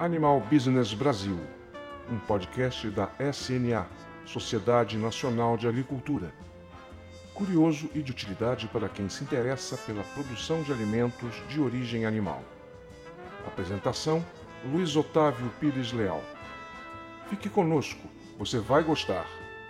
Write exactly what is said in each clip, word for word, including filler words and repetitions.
Animal Business Brasil, um podcast da S N A, Sociedade Nacional de Agricultura. Curioso e de utilidade para quem se interessa pela produção de alimentos de origem animal. Apresentação: Luiz Otávio Pires Leal. Fique conosco, você vai gostar.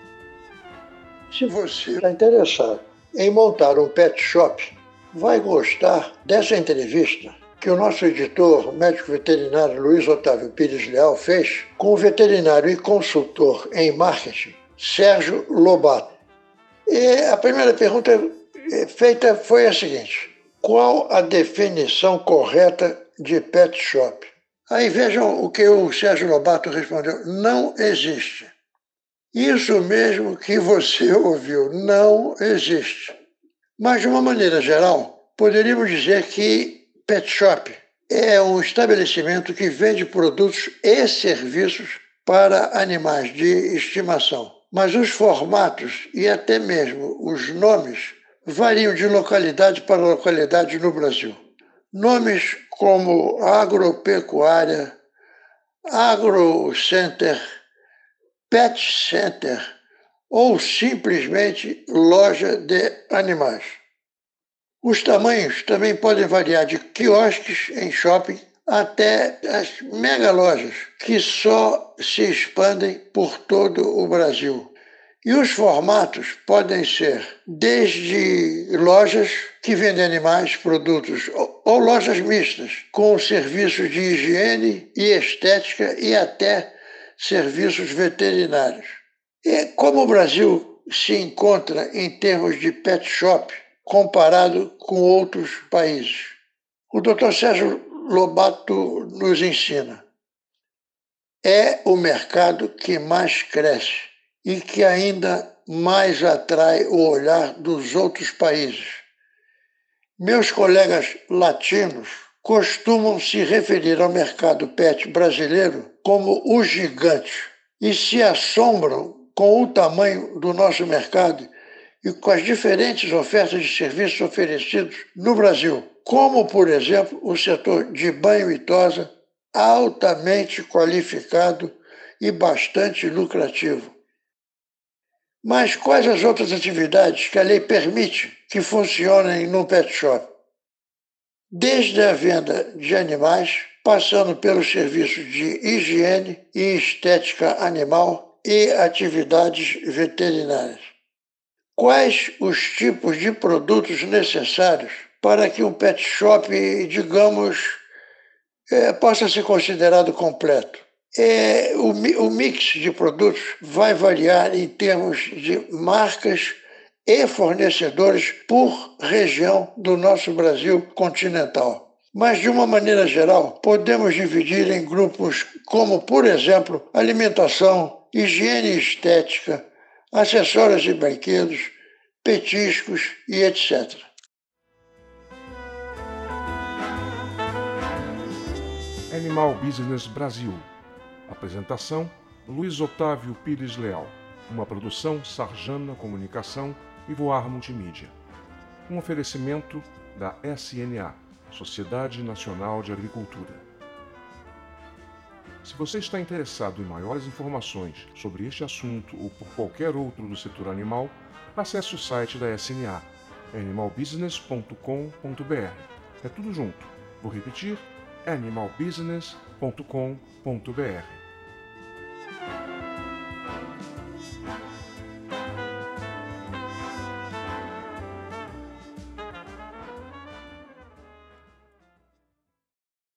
Se você está interessado em montar um pet shop, vai gostar dessa entrevista que o nosso editor, médico veterinário Luiz Otávio Pires Leal, fez com o veterinário e consultor em marketing, Sérgio Lobato. E a primeira pergunta feita foi a seguinte: qual a definição correta de pet shop? Aí vejam o que o Sérgio Lobato respondeu: não existe. Isso mesmo que você ouviu, não existe. Mas, de uma maneira geral, poderíamos dizer que pet shop é um estabelecimento que vende produtos e serviços para animais de estimação. Mas os formatos e até mesmo os nomes variam de localidade para localidade no Brasil. Nomes como agropecuária, agrocenter, pet center ou simplesmente loja de animais. Os tamanhos também podem variar de quiosques em shopping até as megalojas, que só se expandem por todo o Brasil. E os formatos podem ser desde lojas que vendem animais, produtos, ou, ou lojas mistas, com serviços de higiene e estética e até serviços veterinários. E como o Brasil se encontra em termos de pet shop comparado com outros países? O doutor Sérgio Lobato nos ensina. É o mercado que mais cresce e que ainda mais atrai o olhar dos outros países. Meus colegas latinos costumam se referir ao mercado pet brasileiro como o gigante e se assombram com o tamanho do nosso mercado e com as diferentes ofertas de serviços oferecidos no Brasil, como, por exemplo, o setor de banho e tosa, altamente qualificado e bastante lucrativo. Mas quais as outras atividades que a lei permite que funcionem no pet shop? Desde a venda de animais, passando pelos serviços de higiene e estética animal e atividades veterinárias. Quais os tipos de produtos necessários para que um pet shop, digamos, é, possa ser considerado completo? É, o, o mix de produtos vai variar em termos de marcas e fornecedores por região do nosso Brasil continental. Mas, de uma maneira geral, podemos dividir em grupos como, por exemplo, alimentação, higiene e estética, acessórios e brinquedos, petiscos e etcétera. Animal Business Brasil. Apresentação: Luiz Otávio Pires Leal. Uma produção Sarjana Comunicação e Voar Multimídia. Um oferecimento da S N A, Sociedade Nacional de Agricultura. Se você está interessado em maiores informações sobre este assunto ou por qualquer outro do setor animal, acesse o site da S N A, animal business ponto com ponto b r. É tudo junto. Vou repetir: animal business ponto com ponto b r.